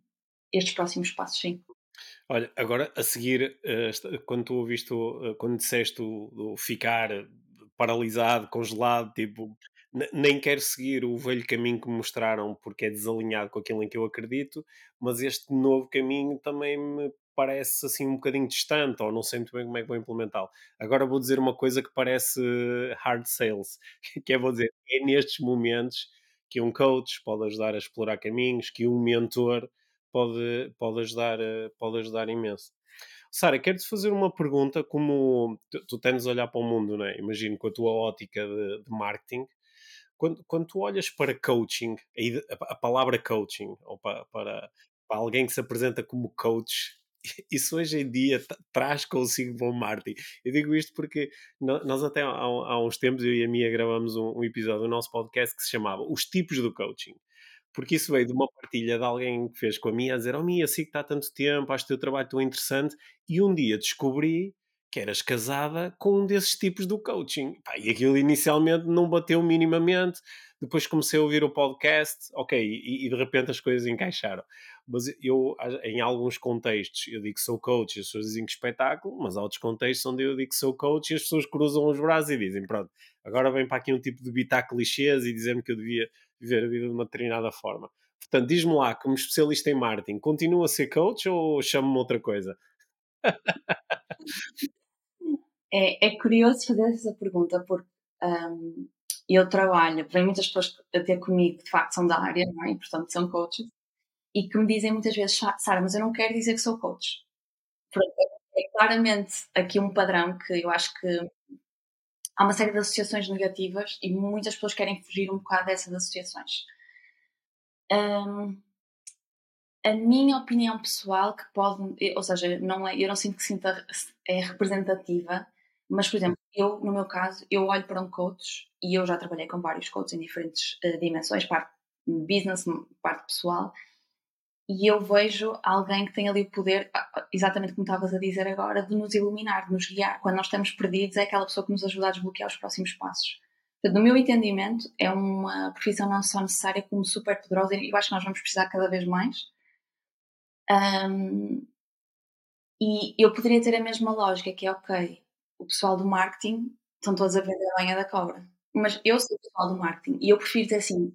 S2: estes próximos passos, sim.
S1: Olha, agora a seguir, eh, esta- quando tu ouviste, o- eh, quando disseste o, o ficar paralisado, congelado, tipo, "Ne- nem quero seguir o velho caminho que me mostraram porque é desalinhado com aquilo em que eu acredito, mas este novo caminho também me parece assim um bocadinho distante, ou não sei muito bem como é que vou implementá-lo." Agora vou dizer uma coisa que parece hard sales, que é, vou dizer, é nestes momentos que um coach pode ajudar a explorar caminhos, que um mentor pode, pode, ajudar, eh, pode ajudar imenso. Sara, quero-te fazer uma pergunta, como tu, tu tens a olhar para o mundo, não é? Imagino com a tua ótica de, de marketing, quando, quando tu olhas para coaching, a, ide- a- a palavra coaching, ou para, para, para alguém que se apresenta como coach, isso hoje em dia tra- traz consigo bom marketing. Eu digo isto porque no- nós até há, há uns tempos, eu e a Mia gravamos um, um episódio do nosso podcast que se chamava Os Tipos do Coaching. Porque isso veio de uma partilha de alguém que fez com a Mia a dizer: "Oh Mia, sei que está há tanto tempo, acho o teu trabalho tão interessante." E um dia descobri que eras casada com um desses tipos do coaching. Pá, e aquilo inicialmente não bateu minimamente. Depois comecei a ouvir o podcast, ok, e, e de repente as coisas encaixaram. Mas eu, em alguns contextos, eu digo que sou coach e as pessoas dizem que espetáculo, mas há outros contextos onde eu digo que sou coach e as pessoas cruzam os braços e dizem: pronto, agora vem para aqui um tipo de bitar clichês e dizer-me que eu devia viver a vida de uma determinada forma. Portanto, diz-me lá, como especialista em marketing, continua a ser coach ou chamo-me outra coisa?
S2: É, é curioso fazer essa pergunta porque hum, eu trabalho, vem muitas pessoas a ter comigo que de facto são da área, não é? E, portanto são coaches, e que me dizem muitas vezes: "Sa- Sara, mas eu não quero dizer que sou coach." Pronto, é, é claramente aqui um padrão que eu acho que há uma série de associações negativas e muitas pessoas querem fugir um bocado dessas associações. Hum, a minha opinião pessoal, que pode, ou seja, não é, eu não sinto que sinta, é representativa, mas, por exemplo, eu, no meu caso, eu olho para um coach e eu já trabalhei com vários coaches em diferentes uh, dimensões, parte business, parte pessoal, e eu vejo alguém que tem ali o poder, exatamente como estavas a dizer agora, de nos iluminar, de nos guiar. Quando nós estamos perdidos, é aquela pessoa que nos ajuda a desbloquear os próximos passos. Portanto, no meu entendimento, é uma profissão não só necessária como super poderosa, e eu acho que nós vamos precisar cada vez mais. Um, e eu poderia ter a mesma lógica, que é, ok, o pessoal do marketing estão todos a vender a banha da cobra. Mas eu sou o pessoal do marketing e eu prefiro ter assim,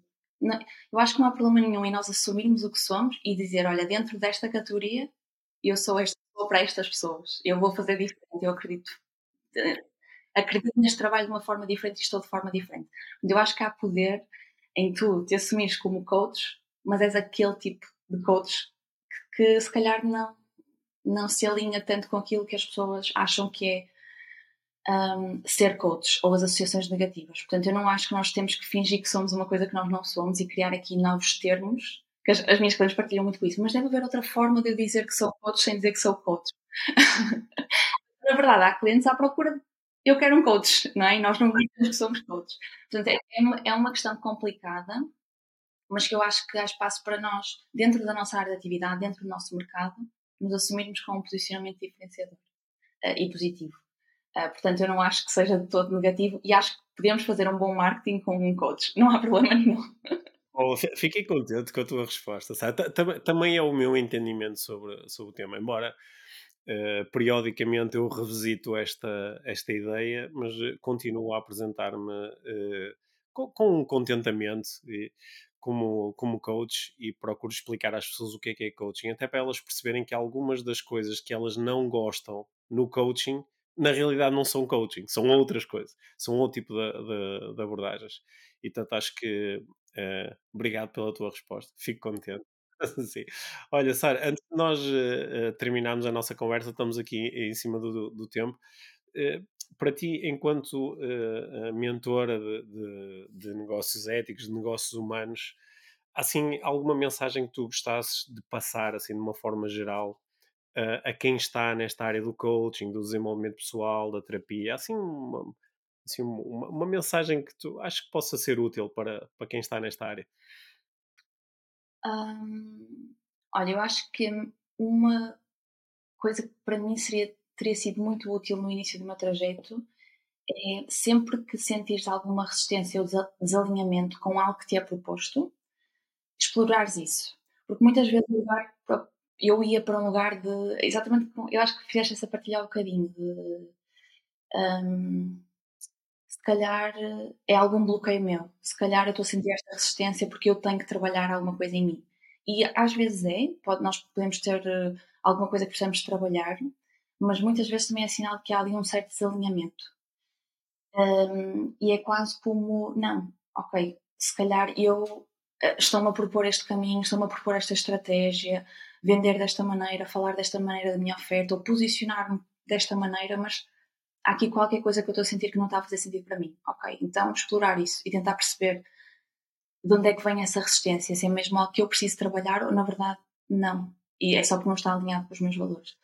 S2: Não, eu acho que não há problema nenhum em nós assumirmos o que somos e dizer: "Olha, dentro desta categoria, eu sou esta pessoa para estas pessoas, eu vou fazer diferente, eu acredito, eh, acredito neste trabalho de uma forma diferente e estou de forma diferente". Eu acho que há poder em tu te assumires como coach, mas és aquele tipo de coach que que se calhar não não se alinha tanto com aquilo que as pessoas acham que é, hum, ser coach ou as associações negativas. Portanto, eu não acho que nós temos que fingir que somos uma coisa que nós não somos e criar aqui novos termos, que as, as minhas clientes partilham muito com isso, mas deve haver outra forma de eu dizer que sou coach sem dizer que sou coach. Na verdade, há clientes à procura de eu quero um coach, não é? E nós não dizemos que somos coaches. Portanto, é, é uma, é uma questão complicada, mas que eu acho que há espaço para nós, dentro da nossa área de atividade, dentro do nosso mercado, nos assumirmos com um posicionamento diferenciador, eh, e positivo. Uh, portanto, eu não acho que seja de todo negativo e acho que podemos fazer um bom marketing com um coach. Não há problema nenhum.
S1: Oh, fi- fiquei contente com a tua resposta, sabe? Ta- tam- Também é o meu entendimento sobre, sobre o tema, embora eh, periodicamente eu revisito esta, esta ideia, mas eh, continuo a apresentar-me eh, com, com um contentamento e- como, como coach e procuro explicar às pessoas o que é que é coaching, até para elas perceberem que algumas das coisas que elas não gostam no coaching, na realidade não são coaching, são outras coisas, são outro tipo de, de- de abordagens. E portanto acho que eh, obrigado pela tua resposta, fico contente. Sim. Olha, Sara, antes de nós eh, eh, terminarmos a nossa conversa, estamos aqui em cima do, do- do tempo. Eh, para ti, enquanto eh, eh, mentora de, de- de negócios éticos, de negócios humanos, há assim alguma mensagem que tu gostasses de passar, assim, de uma forma geral, eh, a quem está nesta área do coaching, do desenvolvimento pessoal, da terapia? Há, assim, uma, assim, uma, uma mensagem que tu acho que possa ser útil para, para quem está nesta área?
S2: Hum, olha, eu acho que uma coisa que para mim seria, teria sido muito útil no início do meu trajeto é sempre que sentires alguma resistência ou desa- desalinhamento com algo que te é proposto, explorares isso. Porque muitas vezes o lugar para- eu ia para um lugar de. Exatamente como. Eu acho que fizeste essa partilha há um bocadinho de. hum, Se calhar eh, é algum bloqueio meu. Se calhar eu estou a sentir esta resistência porque eu tenho que trabalhar alguma coisa em mim. E às vezes é, pode, nós podemos ter eh, alguma coisa que precisamos trabalhar, mas muitas vezes também é sinal de que há ali um certo desalinhamento. Hum, e é quase como, não, ok, se calhar eu eh, estou-me a propor este caminho, estou-me a propor esta estratégia, vender desta maneira, falar desta maneira da minha oferta, ou posicionar-me desta maneira, mas há aqui qualquer coisa que eu estou a sentir que não está a fazer sentido para mim. Ok, então explorar isso e tentar perceber de onde é que vem essa resistência, se é mesmo algo que eu preciso trabalhar ou na verdade não. E é só porque não está alinhado com os meus valores.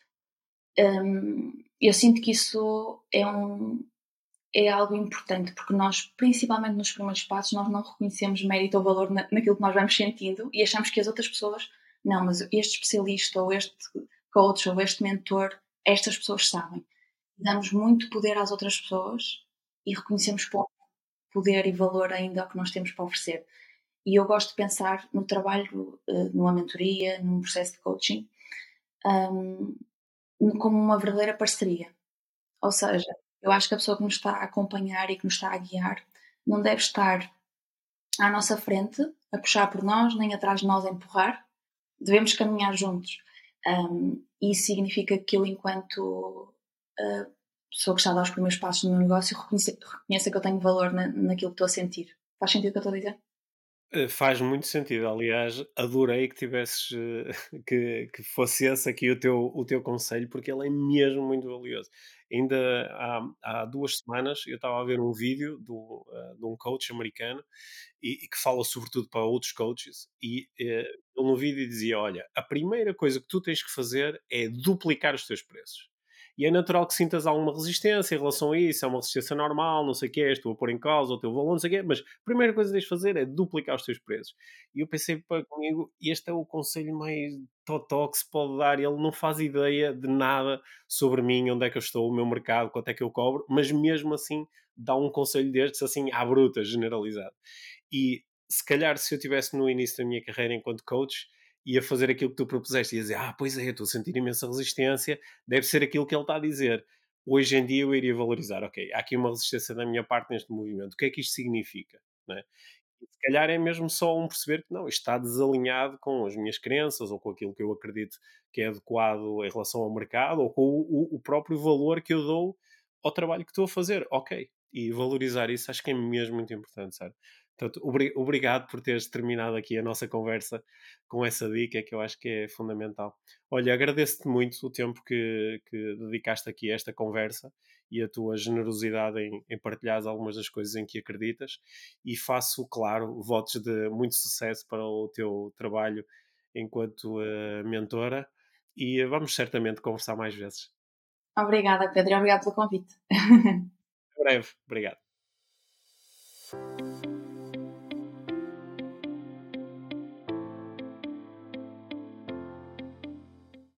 S2: Hum, eu sinto que isso é, um, é algo importante porque nós, principalmente nos primeiros passos, nós não reconhecemos mérito ou valor na, naquilo que nós vamos sentindo e achamos que as outras pessoas, não, mas este especialista ou este coach ou este mentor, estas pessoas sabem. Damos muito poder às outras pessoas e reconhecemos pouco poder e valor ainda ao que nós temos para oferecer. E eu gosto de pensar no trabalho, eh, numa mentoria, num processo de coaching, hum, como uma verdadeira parceria. Ou seja, eu acho que a pessoa que nos está a acompanhar e que nos está a guiar não deve estar à nossa frente a puxar por nós, nem atrás de nós a empurrar. Devemos caminhar juntos. Um, isso significa que eu, enquanto uh, pessoa que está a dar os primeiros passos no meu negócio, reconheça, reconheça que eu tenho valor na, naquilo que estou a sentir. Faz sentido o que eu estou a dizer?
S1: Eh, Faz muito sentido. Aliás, adorei que tivesses eh, que, que fosse esse aqui o teu, o teu conselho, porque ele é mesmo muito valioso. Ainda há, há duas semanas eu estava a ver um vídeo do, eh, de um coach americano e, e que fala sobretudo para outros coaches. E eh, ele no vídeo dizia: Olha, a primeira coisa que tu tens que fazer é duplicar os teus preços. E é natural que sintas alguma resistência em relação a isso, é uma resistência normal, não sei o que é, estou a pôr em causa o teu valor, não sei o quê, mas a primeira coisa que tens de fazer é duplicar os teus preços. E eu pensei para comigo, este é o conselho mais totó que se pode dar, ele não faz ideia de nada sobre mim, onde é que eu estou, o meu mercado, quanto é que eu cobro, mas mesmo assim dá um conselho destes assim à bruta, generalizado. E se calhar se eu estivesse no início da minha carreira enquanto coach, ia fazer aquilo que tu propuseste, ia dizer, ah, pois é, eu estou a sentir imensa resistência, deve ser aquilo que ele está a dizer. Hoje em dia eu iria valorizar, ok, há aqui uma resistência da minha parte neste movimento, o que é que isto significa? Não é? E se calhar é mesmo só um perceber que não, isto está desalinhado com as minhas crenças ou com aquilo que eu acredito que é adequado em relação ao mercado ou com o, o- o próprio valor que eu dou ao trabalho que estou a fazer. Ok. E valorizar isso acho que é mesmo muito importante, sabe? Portanto, obri- obrigado por teres terminado aqui a nossa conversa com essa dica que eu acho que é fundamental. Olha, agradeço-te muito o tempo que, que dedicaste aqui a esta conversa e a tua generosidade em, em partilhares algumas das coisas em que acreditas e faço, claro, votos de muito sucesso para o teu trabalho enquanto eh, mentora e vamos certamente conversar mais vezes.
S2: Obrigada, Pedro, e obrigado pelo convite.
S1: Em breve. Obrigado.